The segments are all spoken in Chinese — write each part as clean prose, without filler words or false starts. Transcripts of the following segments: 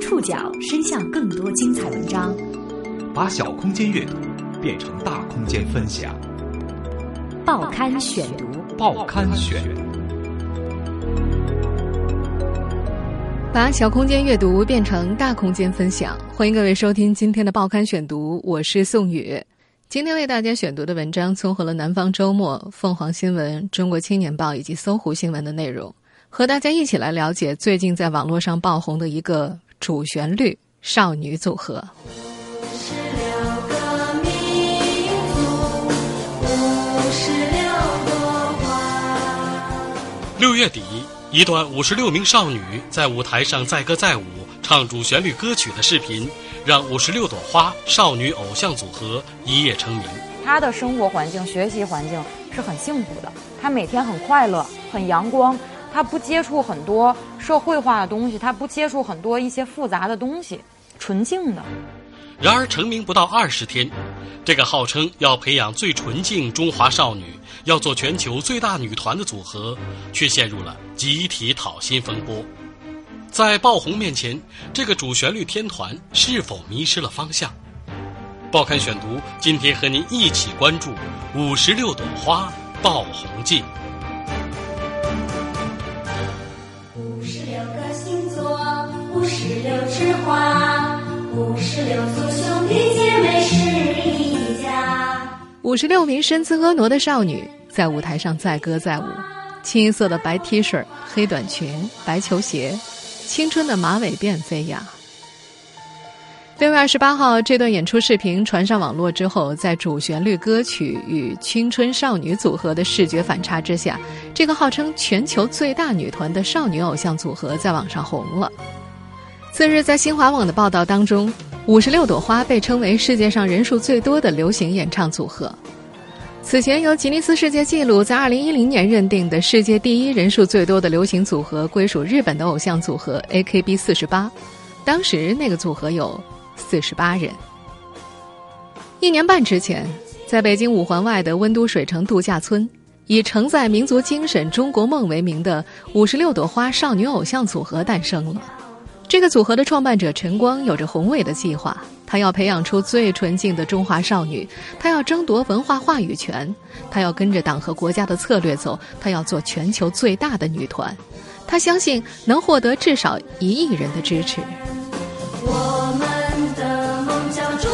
触角伸向更多精彩文章， 把小空间阅读变成大空间分享。 报刊选读， 报刊选。 把小空间阅读变成大空间分享，欢迎各位收听今天的报刊选读，我是宋宇。今天为大家选读的文章综合了南方周末、凤凰新闻、中国青年报以及搜狐新闻的内容，和大家一起来了解最近在网络上爆红的一个主旋律少女组合。 6月底，一段56名少女在舞台上载歌载舞唱主旋律歌曲的视频，让56朵花少女偶像组合一夜成名。 她的生活环境、学习环境是很幸福的，她每天很快乐、很阳光，她不接触很多社会化的东西，她不接触很多一些复杂的东西，纯净的。 然而成名不到20天，这个号称要培养最纯净中华少女，要做全球最大女团的组合，却陷入了集体讨薪风波。在爆红面前，这个主旋律天团是否迷失了方向？报刊选读今天和您一起关注56朵花爆红记。 56个星座，56枝花，56组兄弟姐妹是一家。 56名身姿婀娜的少女在舞台上载歌载舞，清一色的白 T 恤、黑短裙、白球鞋，青春的马尾辫飞扬。6月28号，这段演出视频传上网络之后，在主旋律歌曲与青春少女组合的视觉反差之下，这个号称全球最大女团的少女偶像组合在网上红了。次日，在新华网的报道当中，56朵花被称为世界上人数最多的流行演唱组合。此前由吉尼斯世界纪录在2010年认定的世界第一人数最多的流行组合归属日本的偶像组合 AKB48， 当时那个组合有48人。1年半之前，在北京5环外的温都水城度假村，以承载民族精神中国梦为名的56朵花少女偶像组合诞生了。这个组合的创办者陈光有着宏伟的计划，他要培养出最纯净的中华少女，他要争夺文化话语权，他要跟着党和国家的策略走，他要做全球最大的女团，他相信能获得至少1亿人的支持。 我们的梦叫中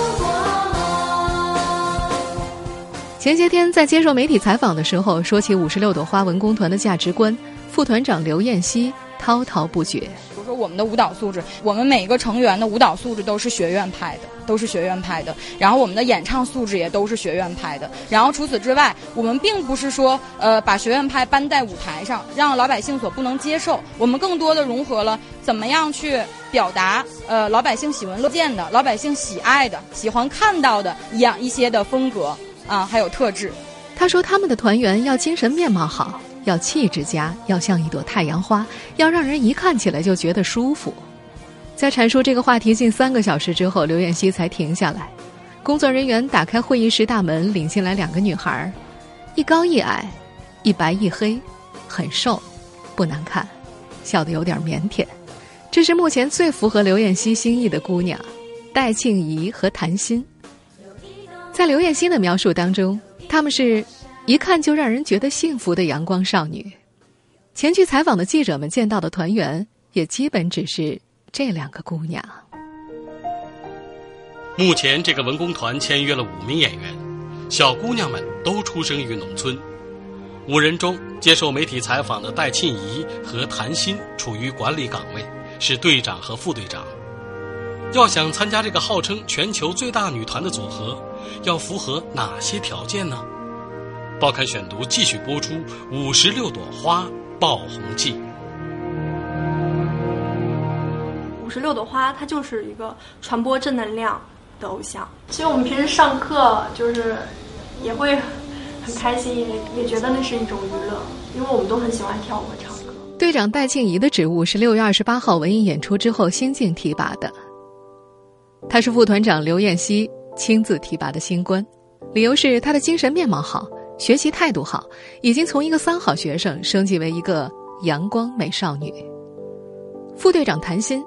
国梦。 前些天在接受媒体采访的时候，说起56朵花文工团的价值观，副团长刘彦希滔滔不绝。 比如说我们的舞蹈素质，我们每一个成员的舞蹈素质都是学院派的，然后我们的演唱素质也都是学院派的。然后除此之外，我们并不是说把学院派搬在舞台上，让老百姓所不能接受，我们更多的融合了怎么样去表达老百姓喜闻乐见的、老百姓喜爱的、喜欢看到的一些的风格啊，还有特质。 他说他们的团员要精神面貌好，要气质佳，要像一朵太阳花，要让人一看起来就觉得舒服。在阐述这个话题近3个小时之后，刘彦希才停下来。工作人员打开会议室大门，领进来2个女孩，一高一矮，一白一黑，很瘦，不难看，笑得有点腼腆。这是目前最符合刘彦希心意的姑娘，戴庆怡和谭鑫。在刘彦希的描述当中，她们是一看就让人觉得幸福的阳光少女。前去采访的记者们见到的团员也基本只是这2个姑娘。 目前这个文工团签约了5名演员，小姑娘们都出生于农村。5人中，接受媒体采访的戴庆怡和谭鑫处于管理岗位，是队长和副队长。要想参加这个号称全球最大女团的组合，要符合哪些条件呢？报刊选读继续播出56朵花爆红记。 56朵花它就是一个传播正能量的偶像。其实我们平时上课就是也会很开心，也觉得那是一种娱乐，因为我们都很喜欢跳舞和唱歌。 队长戴庆怡的职务是6月28号文艺演出之后新晋提拔的，他是副团长刘彦希亲自提拔的新官，理由是他的精神面貌好，学习态度好，已经从一个3好学生升级为一个阳光美少女。副队长谭鑫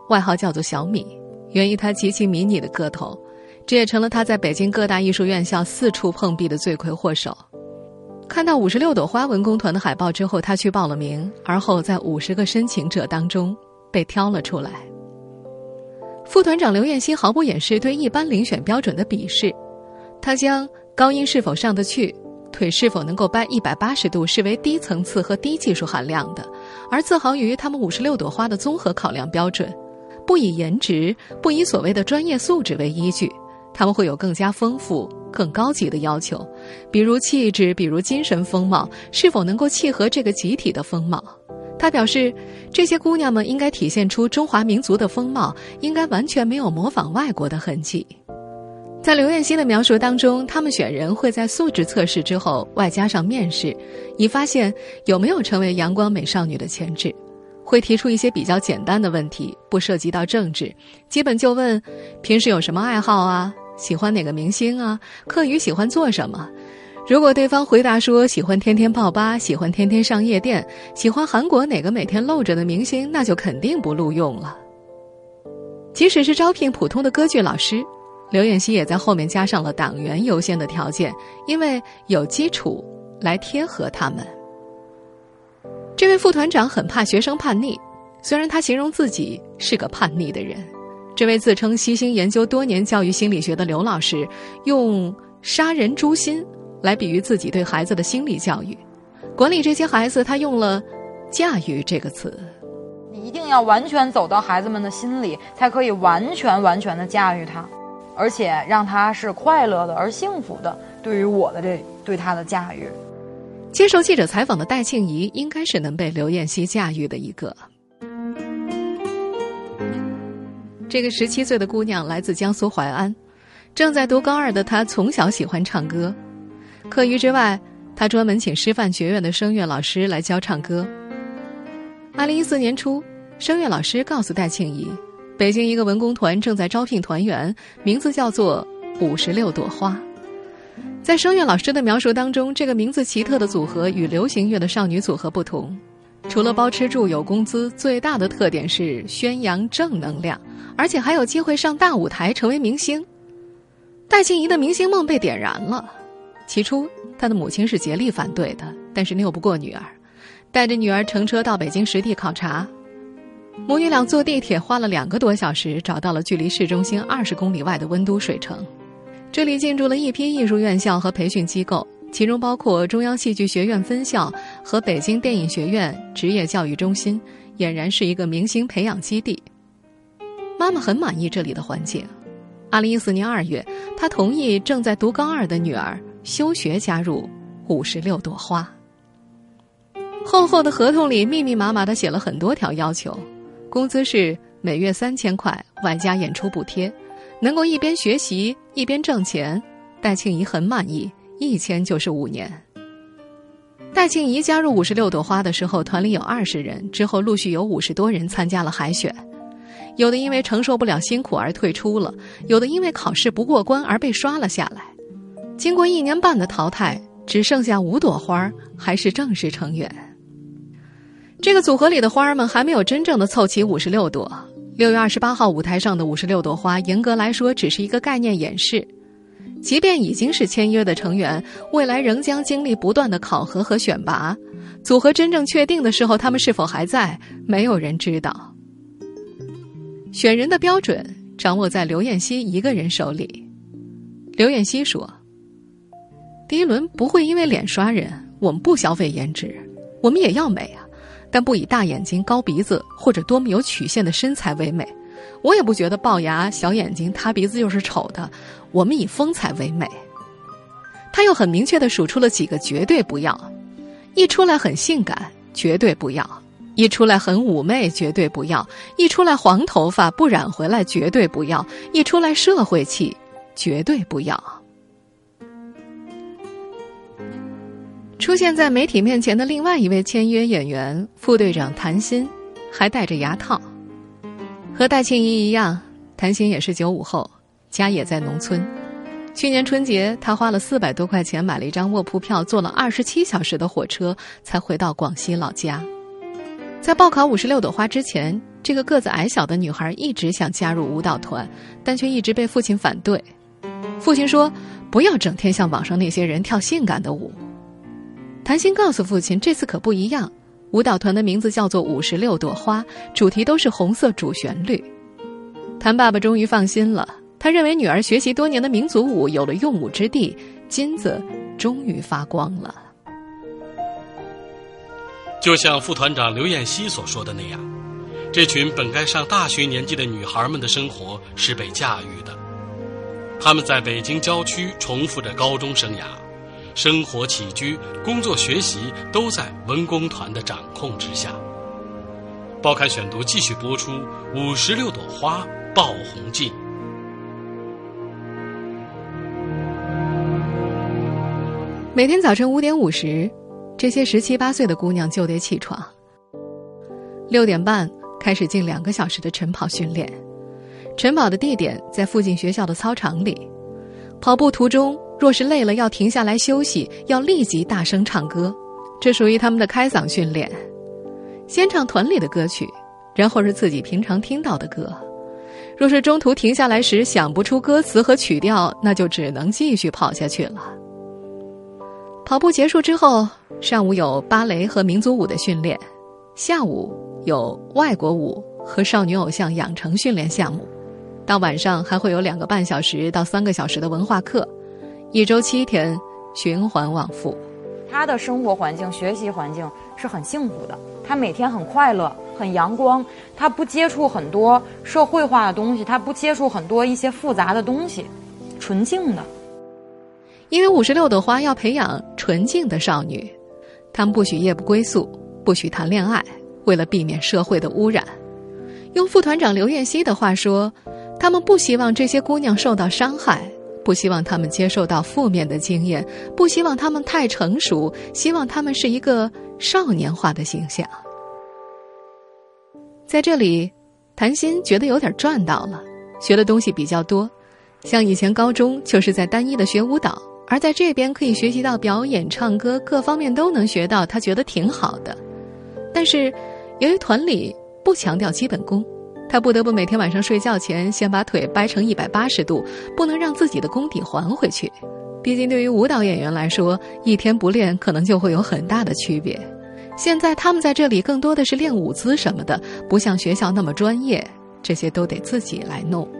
外号叫做小米，源于她极其迷你的个头，这也成了她在北京各大艺术院校四处碰壁的罪魁祸首。看到56朵花文工团的海报之后，她去报了名，而后在50个申请者当中被挑了出来。副团长刘彦希毫不掩饰对一般遴选标准的鄙视，他将高音是否上得去，腿是否能够掰180度视为低层次和低技术含量的，而自豪于他们56朵花的综合考量标准，不以颜值，不以所谓的专业素质为依据，他们会有更加丰富、更高级的要求，比如气质，比如精神风貌，是否能够契合这个集体的风貌。他表示，这些姑娘们应该体现出中华民族的风貌，应该完全没有模仿外国的痕迹。在刘彦希的描述当中，他们选人会在素质测试之后外加上面试，以发现有没有成为阳光美少女的潜质。会提出一些比较简单的问题，不涉及到政治，基本就问平时有什么爱好啊，喜欢哪个明星啊，课余喜欢做什么。如果对方回答说喜欢天天泡吧，喜欢天天上夜店，喜欢韩国哪个每天露着的明星，那就肯定不录用了。即使是招聘普通的歌剧老师，刘彦希也在后面加上了党员优先的条件，因为有基础来贴合他们。这位副团长很怕学生叛逆，虽然他形容自己是个叛逆的人。这位自称悉心研究多年教育心理学的刘老师，用杀人诛心来比喻自己对孩子的心理教育。管理这些孩子，他用了驾驭这个词。 你一定要完全走到孩子们的心里，才可以完全的驾驭他，而且让他是快乐的而幸福的。对于我的对他的驾驭， 接受记者采访的戴庆怡应该是能被刘彦希驾驭的一个。这个17岁的姑娘来自江苏淮安，正在读高2的她从小喜欢唱歌，课余之外，她专门请师范学院的声乐老师来教唱歌。2014年初，声乐老师告诉戴庆怡，北京一个文工团正在招聘团员，名字叫做56朵花。在声乐老师的描述当中，这个名字奇特的组合与流行乐的少女组合不同，除了包吃住有工资，最大的特点是宣扬正能量，而且还有机会上大舞台成为明星。戴庆怡的明星梦被点燃了。起初她的母亲是竭力反对的，但是拗不过女儿，带着女儿乘车到北京实地考察。母女俩坐地铁花了2个多小时，找到了距离市中心20公里外的温都水城。这里进驻了一批艺术院校和培训机构，其中包括中央戏剧学院分校和北京电影学院职业教育中心，俨然是一个明星培养基地。妈妈很满意这里的环境。2014年2月，她同意正在读高2的女儿休学加入56朵花。厚厚的合同里密密麻麻地写了很多条要求，工资是每月3000块，外加演出补贴，能够一边学习一边挣钱。戴庆怡很满意，一签就是5年。戴庆怡加入56朵花的时候，团里有20人，之后陆续有50多人参加了海选。有的因为承受不了辛苦而退出了，有的因为考试不过关而被刷了下来。经过1年半的淘汰，只剩下5朵花还是正式成员。这个组合里的花儿们还没有真正的凑齐56朵。6月28号舞台上的56朵花，严格来说只是一个概念演示。即便已经是签约的成员，未来仍将经历不断的考核和选拔。组合真正确定的时候，他们是否还在，没有人知道。选人的标准掌握在刘彦希一个人手里。刘彦希说，第一轮不会因为脸刷人，我们不消费颜值，我们也要美啊，但不以大眼睛、高鼻子或者多么有曲线的身材为美。我也不觉得龅牙、小眼睛、塌鼻子就是丑的，我们以风采为美。他又很明确地数出了几个绝对不要：一出来很性感，绝对不要；一出来很妩媚，绝对不要；一出来黄头发不染回来，绝对不要；一出来社会气，绝对不要。出现在媒体面前的另外一位签约演员副队长谭鑫，还戴着牙套。和戴庆怡一样，谭鑫也是95后，家也在农村。去年春节，他花了400多块钱买了一张卧铺票，坐了27小时的火车才回到广西老家。在在报考56朵花之前，这个个子矮小的女孩一直想加入舞蹈团，但却一直被父亲反对。父亲说，不要整天像网上那些人跳性感的舞。谭鑫告诉父亲，这次可不一样，舞蹈团的名字叫做56朵花，主题都是红色主旋律。谭爸爸终于放心了，他认为女儿学习多年的民族舞有了用武之地，金子终于发光了。 就像副团长刘彦希所说的那样，这群本该上大学年纪的女孩们的生活是被驾驭的。她们在北京郊区重复着高中生涯，生活起居、工作学习都在文工团的掌控之下。报刊选读继续播出56朵花爆红记。 每天早晨5点50，这些17、18岁的姑娘就得起床。6点半开始近2个小时的晨跑训练。晨跑的地点在附近学校的操场里。跑步途中若是累了，要停下来休息，要立即大声唱歌，这属于他们的开嗓训练。先唱团里的歌曲，然后是自己平常听到的歌。若是中途停下来时想不出歌词和曲调，那就只能继续跑下去了。跑步结束之后，上午有芭蕾和民族舞的训练，下午有外国舞和少女偶像养成训练项目，到晚上还会有2个半小时到3个小时的文化课，1周7天，循环往复。 他的生活环境、学习环境是很幸福的，他每天很快乐、很阳光，他不接触很多社会化的东西，他不接触很多一些复杂的东西，纯净的。 因为56朵花要培养纯净的少女，她们不许夜不归宿，不许谈恋爱，为了避免社会的污染。用副团长刘彦希的话说，他们不希望这些姑娘受到伤害，不希望她们接受到负面的经验，不希望她们太成熟，希望她们是一个少年化的形象。在这里，谭鑫觉得有点赚到了，学的东西比较多，像以前高中就是在单一的学舞蹈，而在这边可以学习到表演、唱歌，各方面都能学到，他觉得挺好的。但是由于团里不强调基本功，他不得不每天晚上睡觉前先把腿掰成180度，不能让自己的功底还回去。毕竟对于舞蹈演员来说，一天不练可能就会有很大的区别。现在他们在这里更多的是练舞姿什么的，不像学校那么专业，这些都得自己来弄。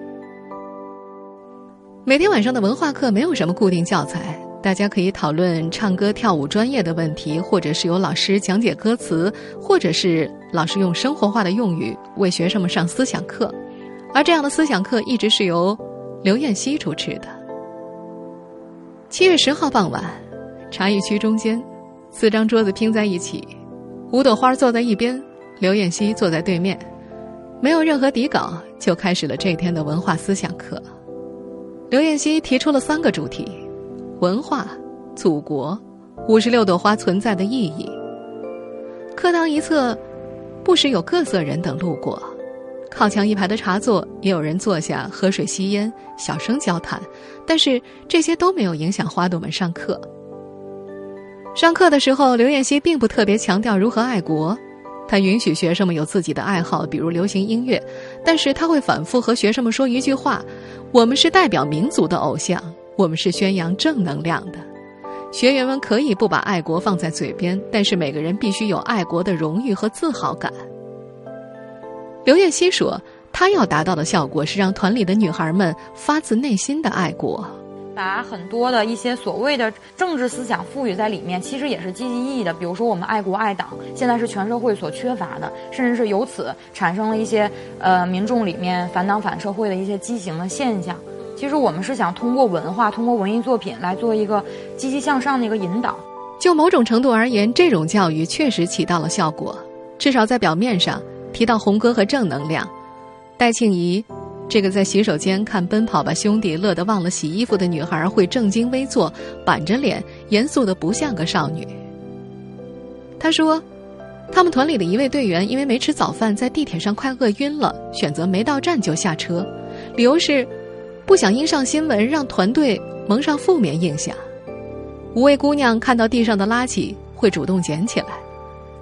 每天晚上的文化课没有什么固定教材，大家可以讨论唱歌跳舞专业的问题，或者是有老师讲解歌词，或者是老师用生活化的用语为学生们上思想课。而这样的思想课一直是由刘彦希主持的。7月10号傍晚，茶艺区中间，4张桌子拼在一起，5朵花坐在一边，刘彦希坐在对面，没有任何底稿，就开始了这天的文化思想课。刘彦希提出了3个主题：文化、祖国、56朵花存在的意义。课堂一侧不时有各色人等路过，靠墙一排的茶座也有人坐下喝水吸烟，小声交谈，但是这些都没有影响花朵们上课。上课的时候，刘彦希并不特别强调如何爱国，他允许学生们有自己的爱好，比如流行音乐，但是他会反复和学生们说一句话：我们是代表民族的偶像，我们是宣扬正能量的。学员们可以不把爱国放在嘴边，但是每个人必须有爱国的荣誉和自豪感。刘彦希说，他要达到的效果是让团里的女孩们发自内心的爱国， 把很多的一些所谓的政治思想赋予在里面，其实也是积极意义的。比如说我们爱国爱党，现在是全社会所缺乏的，甚至是由此产生了一些民众里面反党反社会的一些畸形的现象。其实我们是想通过文化，通过文艺作品来做一个积极向上的一个引导。 就某种程度而言，这种教育确实起到了效果，至少在表面上提到红歌和正能量。戴庆怡这个在洗手间看《奔跑吧兄弟》乐得忘了洗衣服的女孩，会正襟危坐，板着脸，严肃得不像个少女。她说，他们团里的一位队员因为没吃早饭，在地铁上快饿晕了，选择没到站就下车，理由是不想因上新闻让团队蒙上负面印象。5位姑娘看到地上的垃圾会主动捡起来，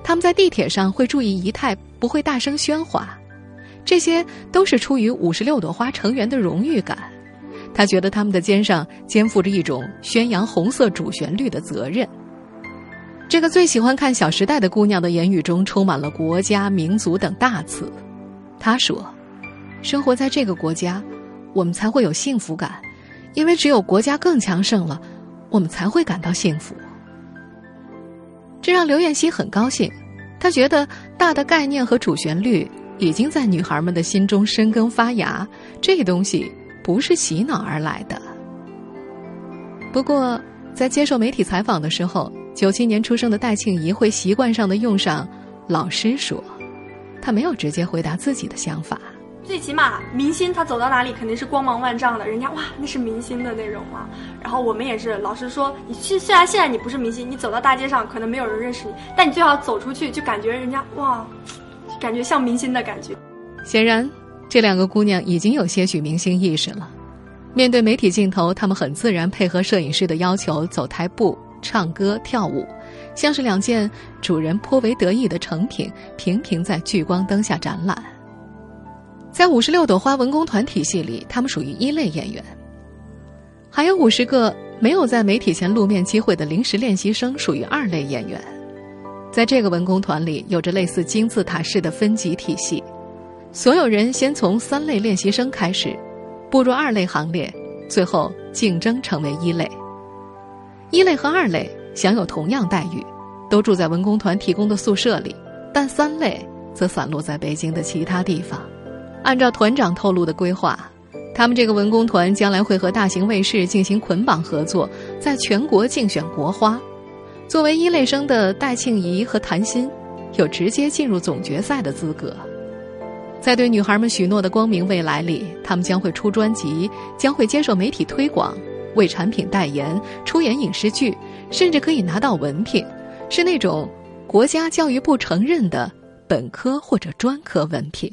他们在地铁上会注意仪态，不会大声喧哗。这些都是出于56朵花成员的荣誉感。他觉得他们的肩上肩负着一种宣扬红色主旋律的责任。这个最喜欢看《小时代》的姑娘的言语中充满了国家、民族等大词。她说，生活在这个国家，我们才会有幸福感，因为只有国家更强盛了，我们才会感到幸福。这让刘晏熙很高兴，她觉得大的概念和主旋律已经在女孩们的心中生根发芽，这个东西不是洗脑而来的。不过在接受媒体采访的时候，97年出生的戴庆怡会习惯上的用上老师说，她没有直接回答自己的想法。 最起码明星他走到哪里肯定是光芒万丈的，人家哇那是明星的那种嘛。然后我们也是，老师说你虽然现在你不是明星，你走到大街上可能没有人认识你，但你最好走出去就感觉人家哇，感觉像明星的感觉。 显然这两个姑娘已经有些许明星意识了。面对媒体镜头，她们很自然配合摄影师的要求走台步、唱歌、跳舞，像是两件主人颇为得意的成品，频频在聚光灯下展览。在56朵花文工团体系里，他们属于一类演员。还有50个没有在媒体前露面机会的临时练习生属于二类演员。在这个文工团里，有着类似金字塔式的分级体系，所有人先从3类练习生开始，步入2类行列，最后竞争成为1类。1类和2类享有同样待遇，都住在文工团提供的宿舍里，但3类则散落在北京的其他地方。按照团长透露的规划，他们这个文工团将来会和大型卫视进行捆绑合作，在全国竞选国花。作为1类生的戴庆怡和谭鑫有直接进入总决赛的资格。在对女孩们许诺的光明未来里，他们将会出专辑，将会接受媒体推广，为产品代言，出演影视剧，甚至可以拿到文凭，是那种国家教育部承认的本科或者专科文凭。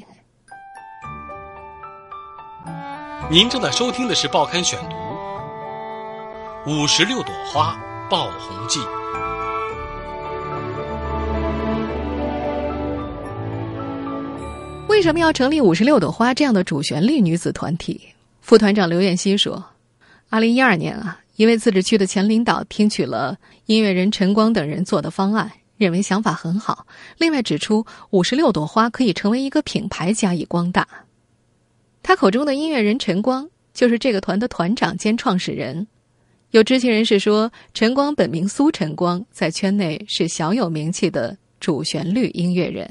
您正在收听的是《报刊选读》，56朵花爆红记。 为什么要成立56朵花这样的主旋律女子团体？副团长刘晏熙说，2012年一位自治区的前领导听取了音乐人陈光等人做的方案，认为想法很好，另外指出56朵花可以成为一个品牌加以光大。他口中的音乐人陈光就是这个团的团长兼创始人。有知情人士说，陈光本名苏晨光，在圈内是小有名气的主旋律音乐人。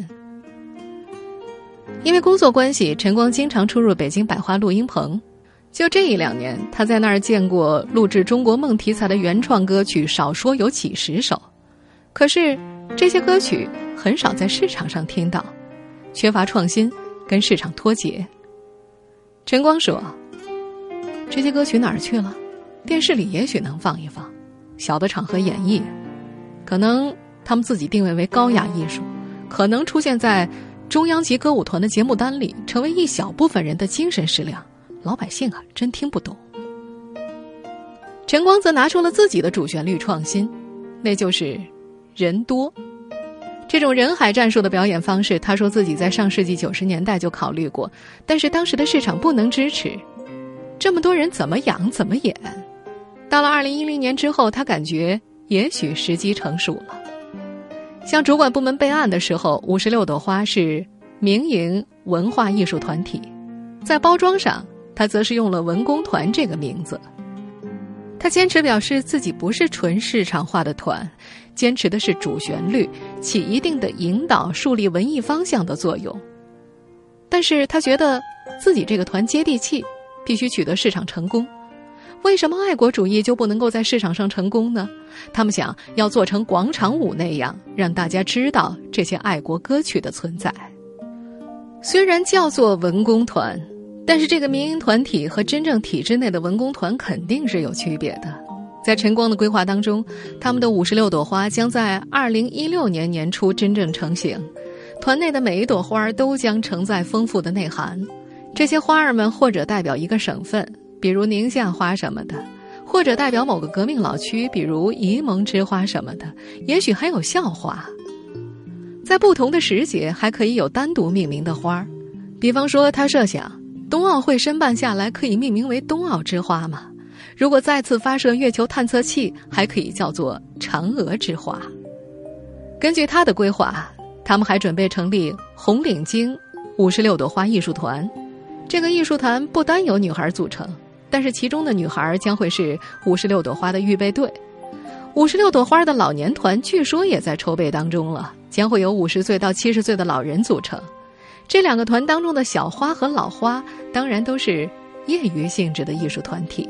因为工作关系，陈光经常出入北京百花录音棚。就这1-2年，他在那儿见过录制中国梦题材的原创歌曲少说有几10首，可是这些歌曲很少在市场上听到，缺乏创新，跟市场脱节。陈光说，这些歌曲哪儿去了？电视里也许能放一放，小的场合演绎，可能他们自己定位为高雅艺术，可能出现在中央级歌舞团的节目单里，成为一小部分人的精神食粮，老百姓真听不懂。陈光则拿出了自己的主旋律创新，那就是人多。这种人海战术的表演方式，他说自己在上世纪90年代就考虑过，但是当时的市场不能支持，这么多人怎么养怎么演。到了2010年之后，他感觉也许时机成熟了。向主管部门备案的时候，56朵花是民营文化艺术团体，在包装上他则是用了文工团这个名字。他坚持表示自己不是纯市场化的团，坚持的是主旋律，起一定的引导、树立文艺方向的作用。但是他觉得自己这个团接地气，必须取得市场成功。为什么爱国主义就不能够在市场上成功呢？他们想要做成广场舞那样，让大家知道这些爱国歌曲的存在。虽然叫做文工团，但是这个民营团体和真正体制内的文工团肯定是有区别的。在陈光的规划当中，他们的56朵花将在2016年年初真正成型，团内的每一朵花都将承载丰富的内涵。这些花儿们或者代表一个省份，比如宁夏花什么的，或者代表某个革命老区，比如沂蒙之花什么的，也许还有校花。 在不同的时节还可以有单独命名的花，比方说他设想冬奥会申办下来可以命名为冬奥之花嘛，如果再次发射月球探测器还可以叫做嫦娥之花。根据他的规划，他们还准备成立红领巾56朵花艺术团。这个艺术团不单由女孩组成，但是其中的女孩将会是56朵花的预备队。56朵花的老年团据说也在筹备当中了，将会由50岁到70岁的老人组成。这两个团当中的小花和老花当然都是业余性质的艺术团体。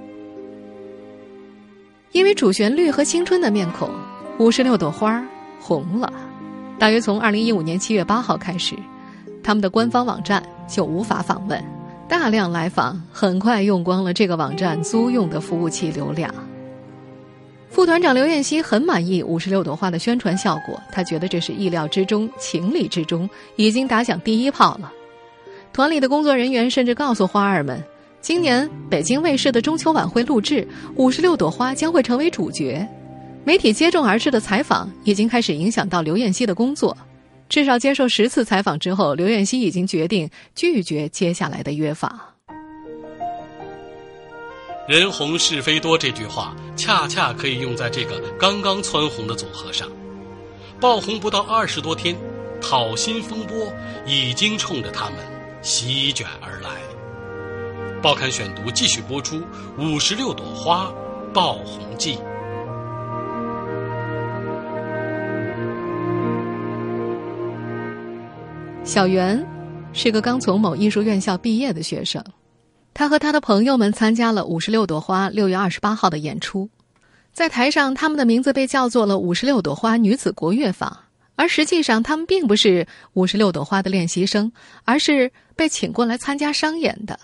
因为主旋律和青春的面孔，56朵花红了。大约从2015年7月8号开始，他们的官方网站就无法访问，大量来访很快用光了这个网站租用的服务器流量。副团长刘彦希很满意56朵花的宣传效果，他觉得这是意料之中、情理之中，已经打响第一炮了。团里的工作人员甚至告诉花儿们，今年北京卫视的中秋晚会录制56朵花将会成为主角。媒体接踵而至的采访已经开始影响到刘彦希的工作，至少接受10次采访之后，刘彦希已经决定拒绝接下来的约访。 人红是非多这句话恰恰可以用在这个刚刚蹿红的组合上。爆红不到20多天，讨薪风波已经冲着他们席卷而来。报刊选读继续播出56朵花爆红记。 小袁是个刚从某艺术院校毕业的学生，他和他的朋友们参加了56朵花6月28号的演出。在台上，他们的名字被叫做了56朵花女子国乐坊，而实际上他们并不是56朵花的练习生，而是被请过来参加商演的。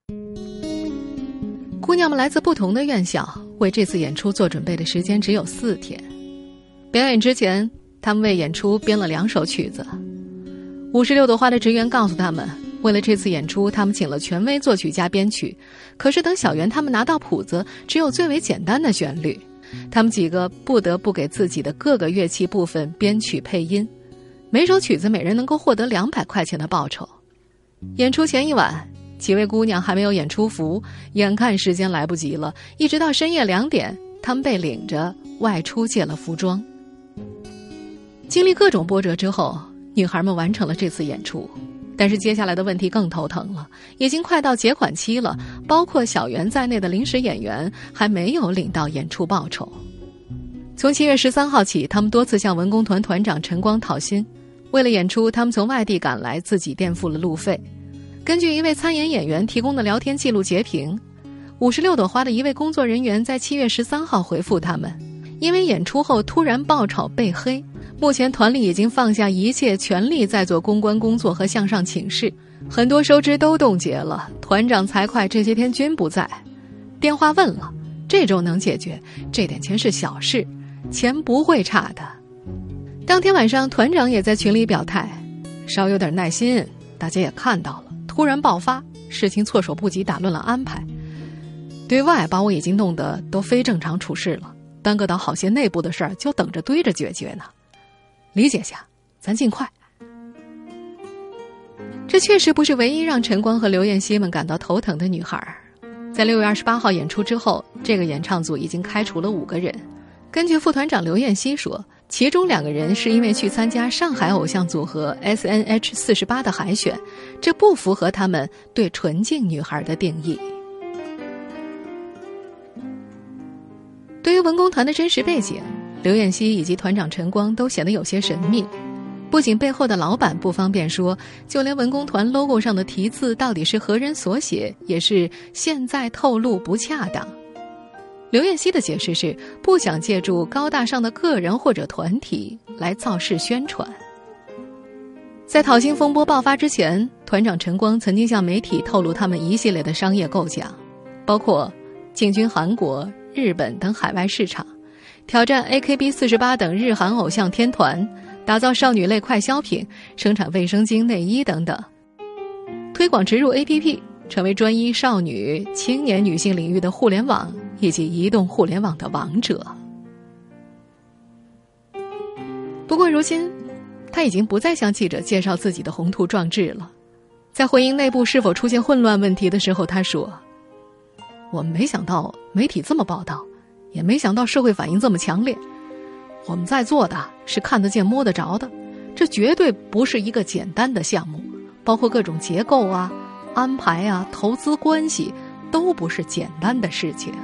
姑娘们来自不同的院校，为这次演出做准备的时间只有4天。表演之前，他们为演出编了2首曲子。56朵花的职员告诉他们，为了这次演出，他们请了权威作曲家编曲。可是等小袁他们拿到谱子，只有最为简单的旋律，他们几个不得不给自己的各个乐器部分编曲配音。每首曲子每人能够获得200块钱的报酬。演出前一晚，几位姑娘还没有演出服，眼看时间来不及了，一直到深夜2点，她们被领着外出借了服装。经历各种波折之后，女孩们完成了这次演出，但是接下来的问题更头疼了。已经快到结款期了，包括小袁在内的临时演员还没有领到演出报酬。从7月13号起，他们多次向文工团团长陈光讨薪。为了演出，他们从外地赶来，自己垫付了路费。根据一位参演演员提供的聊天记录截屏，56朵花的一位工作人员在7月13号回复他们，因为演出后突然爆炒被黑，目前团里已经放下一切，全力在做公关工作和向上请示，很多收支都冻结了，团长财会这些天均不在。电话问了，这周能解决，这点钱是小事，钱不会差的。当天晚上，团长也在群里表态，稍有点耐心，大家也看到了，突然爆发，事情措手不及，打乱了安排。对外把我已经弄得都非正常处事了，耽搁到好些内部的事儿就等着堆着解决呢。理解下，咱尽快。这确实不是唯一让陈光和刘彦希们感到头疼的女孩。在6月28号演出之后，这个演唱组已经开除了5个人。根据副团长刘彦希说，其中2个人是因为去参加上海偶像组合 SNH48 的海选，这不符合他们对纯净女孩的定义。对于文工团的真实背景，刘彦希以及团长陈光都显得有些神秘，不仅背后的老板不方便说，就连文工团 logo 上的题字到底是何人所写，也是现在透露不恰当。刘彦希的解释是不想借助高大上的个人或者团体来造势宣传。在讨薪风波爆发之前，团长陈光曾经向媒体透露他们一系列的商业构想，包括进军韩国、日本等海外市场，挑战 AKB48 等日韩偶像天团，打造少女类快消品，生产卫生巾、内衣等等，推广植入 APP， 成为专一少女、青年女性领域的互联网以及移动互联网的王者。不过如今， 他已经不再向记者介绍自己的宏图壮志了。在回应内部是否出现混乱问题的时候，他说：我们没想到媒体这么报道，也没想到社会反应这么强烈。我们在做的是看得见摸得着的，这绝对不是一个简单的项目，包括各种结构啊、安排啊、投资关系，都不是简单的事情。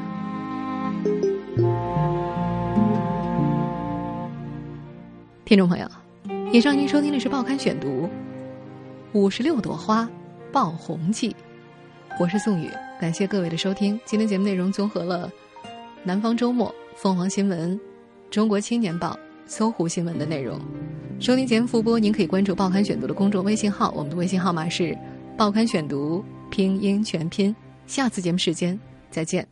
听众朋友，以上您收听的是《报刊选读》，56朵花爆红记，我是宋宇，感谢各位的收听。今天节目内容综合了南方周末、凤凰新闻、中国青年报、搜狐新闻的内容。收听节目复播，您可以关注《报刊选读》的公众微信号，我们的微信号码是《报刊选读》拼音全拼。下次节目时间再见。